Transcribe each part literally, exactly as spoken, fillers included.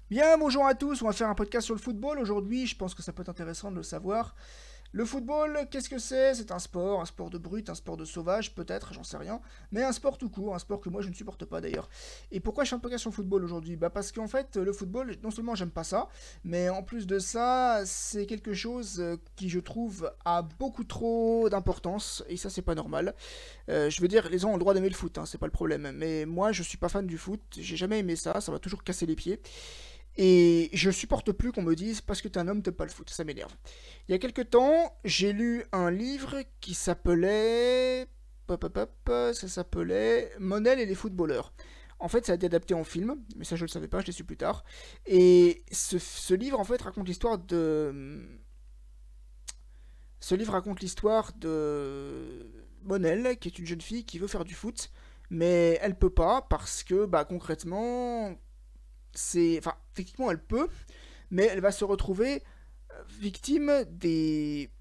Bien, bonjour à tous, on va faire un podcast sur le football. Aujourd'hui, je pense que ça peut être intéressant de le savoir. Le football, qu'est-ce que c'est? C'est un sport, un sport de brute, un sport de sauvage, peut-être, j'en sais rien. Mais un sport tout court, un sport que moi je ne supporte pas d'ailleurs. Et pourquoi je fais un podcast sur le football aujourd'hui? Bah parce qu'en fait, le football, non seulement j'aime pas ça, mais en plus de ça, c'est quelque chose euh, qui je trouve a beaucoup trop d'importance, et ça c'est pas normal. Euh, je veux dire, les gens ont le droit d'aimer le foot, hein, c'est pas le problème. Mais moi je suis pas fan du foot, j'ai jamais aimé ça, ça m'a toujours cassé les pieds. Et je supporte plus qu'on me dise parce que t'es un homme, t'aimes pas le foot, ça m'énerve. Il y a quelque temps, j'ai lu un livre qui s'appelait. Pop, pop, pop, ça s'appelait Monel et les footballeurs. En fait, ça a été adapté en film, mais ça je le savais pas, je l'ai su plus tard. Et ce, ce livre, en fait, raconte l'histoire de. Ce livre raconte l'histoire de Monel, qui est une jeune fille qui veut faire du foot, mais elle peut pas parce que, bah, concrètement, c'est. Enfin, techniquement, elle peut, mais elle va se retrouver euh, victime des.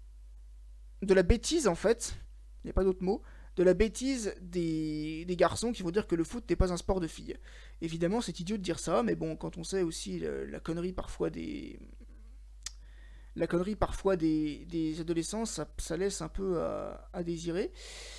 de la bêtise, en fait. Il n'y a pas d'autre mot. De la bêtise des... des garçons qui vont dire que le foot n'est pas un sport de filles. Évidemment, c'est idiot de dire ça, mais bon, quand on sait aussi le- la connerie parfois des. La connerie parfois des, des adolescents, ça, ça laisse un peu à, à désirer.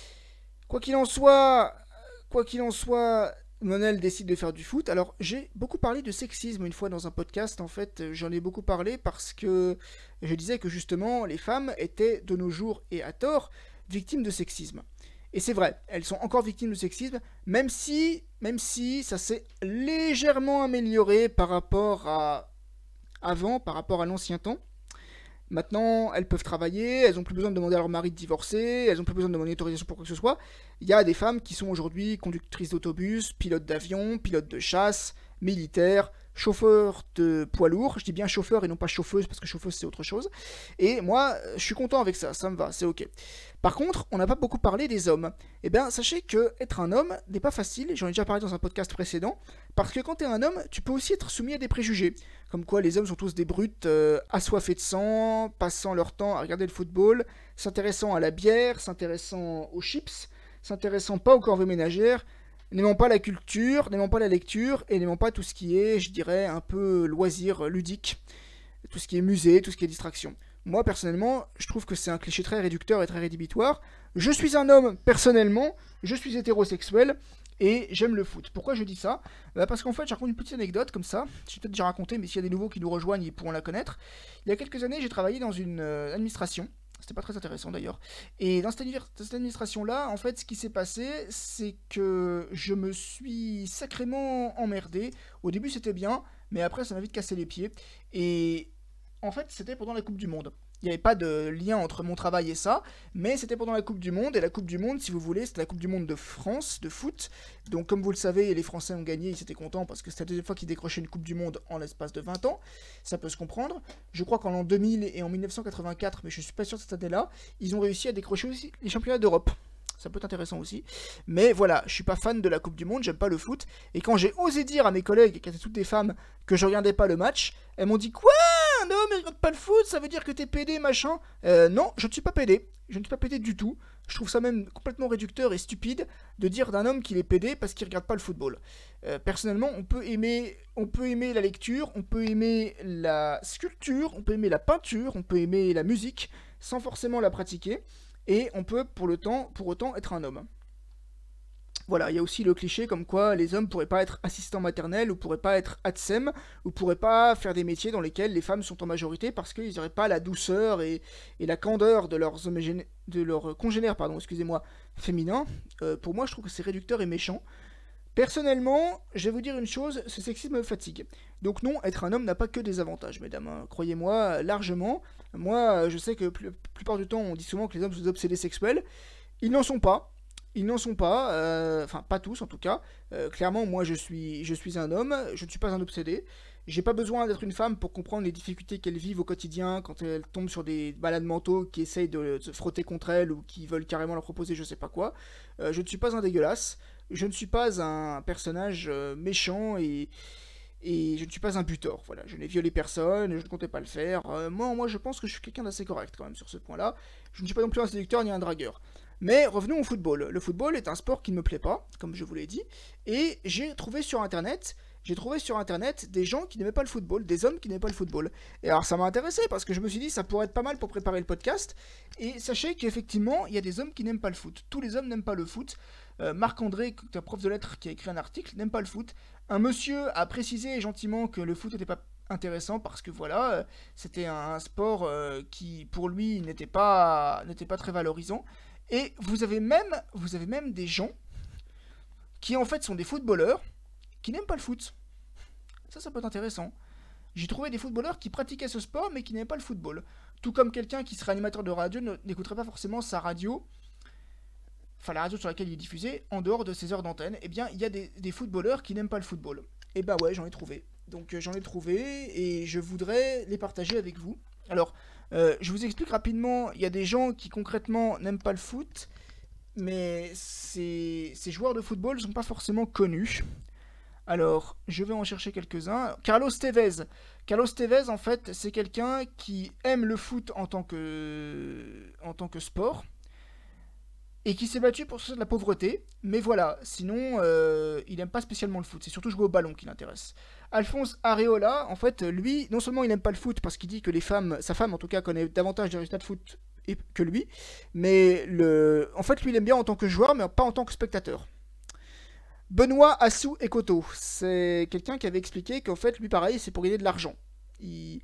Quoi qu'il en soit, quoi qu'il en soit, Monel décide de faire du foot. Alors, j'ai beaucoup parlé de sexisme une fois dans un podcast. En fait, j'en ai beaucoup parlé parce que je disais que justement, les femmes étaient de nos jours et à tort victimes de sexisme. Et c'est vrai, elles sont encore victimes de sexisme, même si, même si ça s'est légèrement amélioré par rapport à avant, par rapport à l'ancien temps. Maintenant, elles peuvent travailler, elles n'ont plus besoin de demander à leur mari de divorcer, elles n'ont plus besoin de demander autorisation pour quoi que ce soit. Il y a des femmes qui sont aujourd'hui conductrices d'autobus, pilotes d'avion, pilotes de chasse, militaires, chauffeurs de poids lourds. Je dis bien chauffeur et non pas chauffeuse parce que chauffeuse c'est autre chose. Et moi, je suis content avec ça, ça me va, c'est ok. Par contre, on n'a pas beaucoup parlé des hommes. Eh bien, sachez que être un homme n'est pas facile, j'en ai déjà parlé dans un podcast précédent, parce que quand tu es un homme, tu peux aussi être soumis à des préjugés. Comme quoi les hommes sont tous des brutes euh, assoiffés de sang, passant leur temps à regarder le football, s'intéressant à la bière, s'intéressant aux chips, s'intéressant pas aux corvées ménagères, n'aimant pas la culture, n'aimant pas la lecture, et n'aimant pas tout ce qui est, je dirais, un peu loisir ludique, tout ce qui est musée, tout ce qui est distraction. Moi, personnellement, je trouve que c'est un cliché très réducteur et très rédhibitoire. Je suis un homme, personnellement, je suis hétérosexuel, et j'aime le foot. Pourquoi je dis ça? Bah Parce qu'en fait, je raconte une petite anecdote comme ça. J'ai peut-être déjà raconté, mais s'il y a des nouveaux qui nous rejoignent, ils pourront la connaître. Il y a quelques années, j'ai travaillé dans une euh, administration. C'était pas très intéressant d'ailleurs. Et dans cette, cette administration-là, en fait, ce qui s'est passé, c'est que je me suis sacrément emmerdé. Au début, c'était bien, mais après, ça m'a vite cassé les pieds. Et en fait, c'était pendant la Coupe du Monde. Il n'y avait pas de lien entre mon travail et ça, mais c'était pendant la Coupe du Monde, et la Coupe du Monde, si vous voulez, c'était la Coupe du Monde de France, de foot. Donc comme vous le savez, les Français ont gagné, ils étaient contents parce que c'était la deuxième fois qu'ils décrochaient une Coupe du Monde en l'espace de vingt ans. Ça peut se comprendre. Je crois qu'en l'an deux mille et en mille neuf cent quatre-vingt-quatre, mais je suis pas sûr de cette année-là, ils ont réussi à décrocher aussi les championnats d'Europe. Ça peut être intéressant aussi. Mais voilà, je suis pas fan de la Coupe du Monde, j'aime pas le foot. Et quand j'ai osé dire à mes collègues, qui étaient toutes des femmes, que je regardais pas le match, elles m'ont dit quoi? Non, mais regarde pas le foot, ça veut dire que t'es pédé, machin. Euh, non, je ne suis pas pédé. Je ne suis pas pédé du tout. Je trouve ça même complètement réducteur et stupide de dire d'un homme qu'il est pédé parce qu'il regarde pas le football. Euh, personnellement, on peut aimer, on peut aimer la lecture, on peut aimer la sculpture, on peut aimer la peinture, on peut aimer la musique sans forcément la pratiquer. Et on peut pour le temps, pour autant être un homme. Voilà, il y a aussi le cliché comme quoi les hommes pourraient pas être assistants maternels ou pourraient pas être A T S E M ou pourraient pas faire des métiers dans lesquels les femmes sont en majorité parce qu'ils n'auraient pas la douceur et, et la candeur de leurs, homogéné- de leurs congénères pardon, excusez-moi, féminins. Euh, pour moi, je trouve que c'est réducteur et méchant. Personnellement, je vais vous dire une chose, ce sexisme me fatigue. Donc non, être un homme n'a pas que des avantages, mesdames. hein. Croyez-moi, largement. Moi, je sais que la plupart du temps, on dit souvent que les hommes sont des obsédés sexuels. Ils n'en sont pas. Ils n'en sont pas, euh, enfin pas tous en tout cas. Euh, clairement, moi je suis, je suis un homme, je ne suis pas un obsédé. J'ai pas besoin d'être une femme pour comprendre les difficultés qu'elles vivent au quotidien quand elles tombent sur des malades mentaux qui essayent de se frotter contre elles ou qui veulent carrément leur proposer je sais pas quoi. Euh, je ne suis pas un dégueulasse, je ne suis pas un personnage euh, méchant et, et je ne suis pas un butor. Voilà, je n'ai violé personne, je ne comptais pas le faire. Euh, moi, moi, je pense que je suis quelqu'un d'assez correct quand même sur ce point-là. Je ne suis pas non plus un séducteur ni un dragueur. Mais revenons au football. Le football est un sport qui ne me plaît pas, comme je vous l'ai dit, et j'ai trouvé sur internet, j'ai trouvé sur internet des gens qui n'aimaient pas le football, des hommes qui n'aimaient pas le football. Et alors ça m'a intéressé parce que je me suis dit ça pourrait être pas mal pour préparer le podcast. Et sachez qu'effectivement, il y a des hommes qui n'aiment pas le foot. Tous les hommes n'aiment pas le foot. Euh, Marc-André, un prof de lettres qui a écrit un article, n'aime pas le foot. Un monsieur a précisé gentiment que le foot n'était pas intéressant parce que voilà, euh, c'était un sport euh, qui pour lui n'était pas, n'était pas très valorisant. Et vous avez même, vous avez même des gens qui en fait sont des footballeurs qui n'aiment pas le foot. Ça, ça peut être intéressant. J'ai trouvé des footballeurs qui pratiquaient ce sport mais qui n'aimaient pas le football. Tout comme quelqu'un qui serait animateur de radio n'écouterait pas forcément sa radio, enfin la radio sur laquelle il est diffusé, en dehors de ses heures d'antenne. Eh bien, il y a des, des footballeurs qui n'aiment pas le football. Et bah ouais, j'en ai trouvé. Donc euh, j'en ai trouvé et je voudrais les partager avec vous. Alors, euh, je vous explique rapidement, il y a des gens qui concrètement n'aiment pas le foot, mais ces, ces joueurs de football ne sont pas forcément connus. Alors, je vais en chercher quelques-uns. Carlos Tevez. Carlos Tevez, en fait, c'est quelqu'un qui aime le foot en tant que, en tant que sport et qui s'est battu pour sortir de la pauvreté. Mais voilà, sinon, euh, il n'aime pas spécialement le foot. C'est surtout jouer au ballon qui l'intéresse. Alphonse Areola, en fait, lui, non seulement il n'aime pas le foot parce qu'il dit que les femmes, sa femme en tout cas, connaît davantage des résultats de foot que lui, mais le, en fait, lui, il aime bien en tant que joueur, mais pas en tant que spectateur. Benoît Assou Ekoto, c'est quelqu'un qui avait expliqué qu'en fait, lui pareil, c'est pour gagner de l'argent. Il,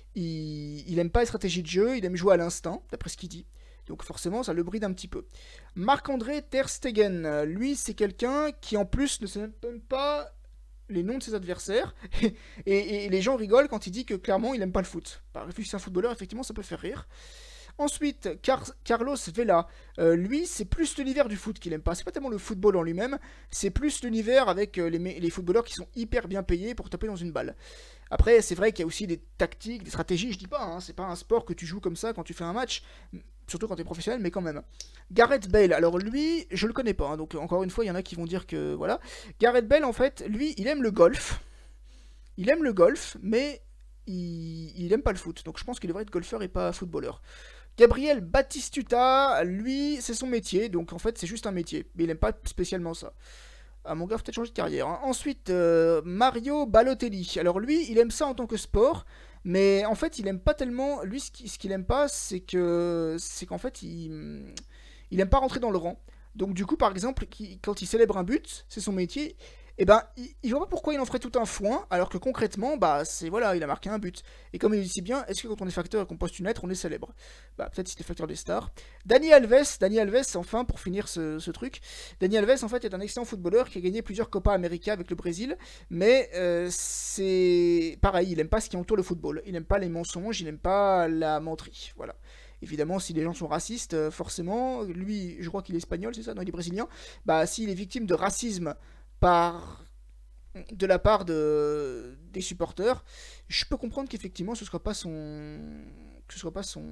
il, il aime pas les stratégies de jeu, il aime jouer à l'instinct, d'après ce qu'il dit. Donc forcément, ça le bride un petit peu. Marc-André Ter Stegen, lui, c'est quelqu'un qui en plus ne sait même pas les noms de ses adversaires. Et, et, et les gens rigolent quand il dit que clairement, il aime pas le foot. Par vu que c'est un footballeur, effectivement, ça peut faire rire. Ensuite, Car- Carlos Vela, euh, lui, c'est plus l'univers du foot qu'il aime pas. C'est pas tellement le football en lui-même, c'est plus l'univers avec euh, les, les footballeurs qui sont hyper bien payés pour taper dans une balle. Après, c'est vrai qu'il y a aussi des tactiques, des stratégies, je dis pas, hein, c'est pas un sport que tu joues comme ça quand tu fais un match, surtout quand t'es professionnel, mais quand même. Gareth Bale, alors lui, je le connais pas, hein, donc encore une fois, il y en a qui vont dire que voilà. Gareth Bale, en fait, lui, il aime le golf. Il aime le golf, mais il, il aime pas le foot. Donc je pense qu'il devrait être golfeur et pas footballeur. Gabriel Batistuta, lui, c'est son métier, donc en fait c'est juste un métier, mais il aime pas spécialement ça. Ah, mon gars, faut peut-être changer de carrière. Hein. Ensuite, euh, Mario Balotelli. Alors lui, il aime ça en tant que sport, mais en fait, il aime pas tellement. Lui, ce qu'il aime pas, c'est que, c'est qu'en fait, il, il aime pas rentrer dans le rang. Donc du coup, par exemple, quand il célèbre un but, c'est son métier. Et ben, il, il voit pas pourquoi il en ferait tout un foin, alors que concrètement, bah, c'est voilà, il a marqué un but. Et comme il dit si bien, est-ce que quand on est facteur et qu'on poste une lettre, on est célèbre? Bah, peut-être si c'est facteur des stars. Dani Alves, Dani Alves, enfin, pour finir ce, ce truc, Dani Alves, en fait, est un excellent footballeur qui a gagné plusieurs Copa América avec le Brésil, mais euh, c'est pareil, il aime pas ce qui entoure le football. Il aime pas les mensonges, il aime pas la menterie, voilà. Évidemment, si les gens sont racistes, euh, forcément, lui, je crois qu'il est espagnol, c'est ça? Non, il est brésilien. Bah, s'il est victime de racisme par de la part de des supporters, je peux comprendre qu'effectivement ce soit pas son que ce soit pas son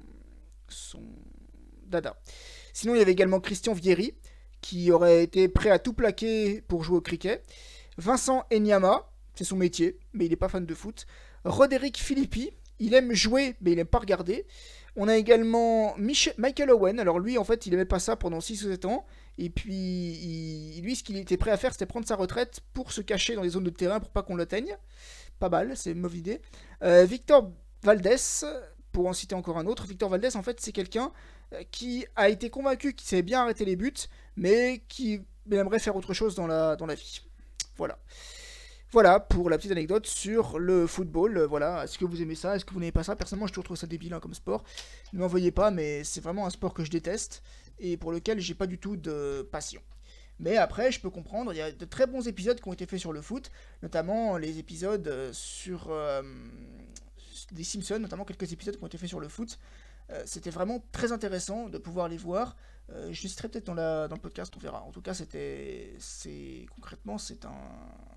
son dada. Sinon, il y avait également Christian Vieri qui aurait été prêt à tout plaquer pour jouer au cricket. Vincent Enyama, c'est son métier, mais il n'est pas fan de foot. Roderick Philippi, il aime jouer, mais il n'aime pas regarder. On a également Mich- Michael Owen. Alors lui, en fait, il aimait pas ça pendant six ou sept ans. Et puis, il, lui, ce qu'il était prêt à faire, c'était prendre sa retraite pour se cacher dans les zones de terrain pour pas qu'on l'atteigne. Pas mal, c'est une mauvaise idée. Euh, Victor Valdés, pour en citer encore un autre. Victor Valdés, en fait, c'est quelqu'un qui a été convaincu qu'il savait bien arrêter les buts, mais qui aimerait faire autre chose dans la, dans la vie. Voilà. Voilà pour la petite anecdote sur le football. Voilà, est-ce que vous aimez ça? Est-ce que vous n'aimez pas ça? Personnellement, je trouve ça débile hein, comme sport. Ne m'en veuillez pas, mais c'est vraiment un sport que je déteste et pour lequel j'ai pas du tout de passion. Mais après, je peux comprendre, il y a de très bons épisodes qui ont été faits sur le foot, notamment les épisodes sur euh, des Simpsons, notamment quelques épisodes qui ont été faits sur le foot. Euh, c'était vraiment très intéressant de pouvoir les voir. Euh, je les citerai peut-être dans, la, dans le podcast, on verra. En tout cas, c'était, c'est concrètement, c'est un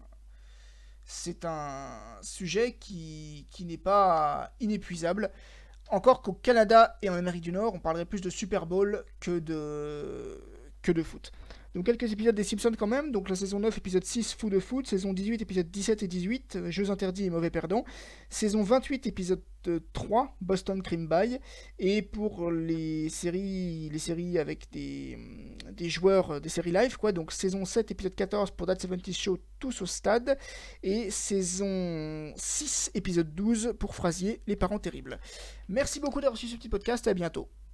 C'est un sujet qui, qui n'est pas inépuisable. Encore qu'au Canada et en Amérique du Nord, on parlerait plus de Super Bowl que de, que de foot. Donc quelques épisodes des Simpsons quand même, donc la saison neuf, épisode six, Fou de Foot, saison dix-huit, épisode dix-sept et dix-huit, euh, Jeux interdits et mauvais perdants, saison vingt-huit, épisode trois, Boston Crime Bye, et pour les séries, les séries avec des, des joueurs, des séries live, quoi, donc saison sept, épisode quatorze pour That soixante-dix Show, Tous au stade, et saison six, épisode douze pour Frasier, Les parents terribles. Merci beaucoup d'avoir suivi ce petit podcast, et à bientôt.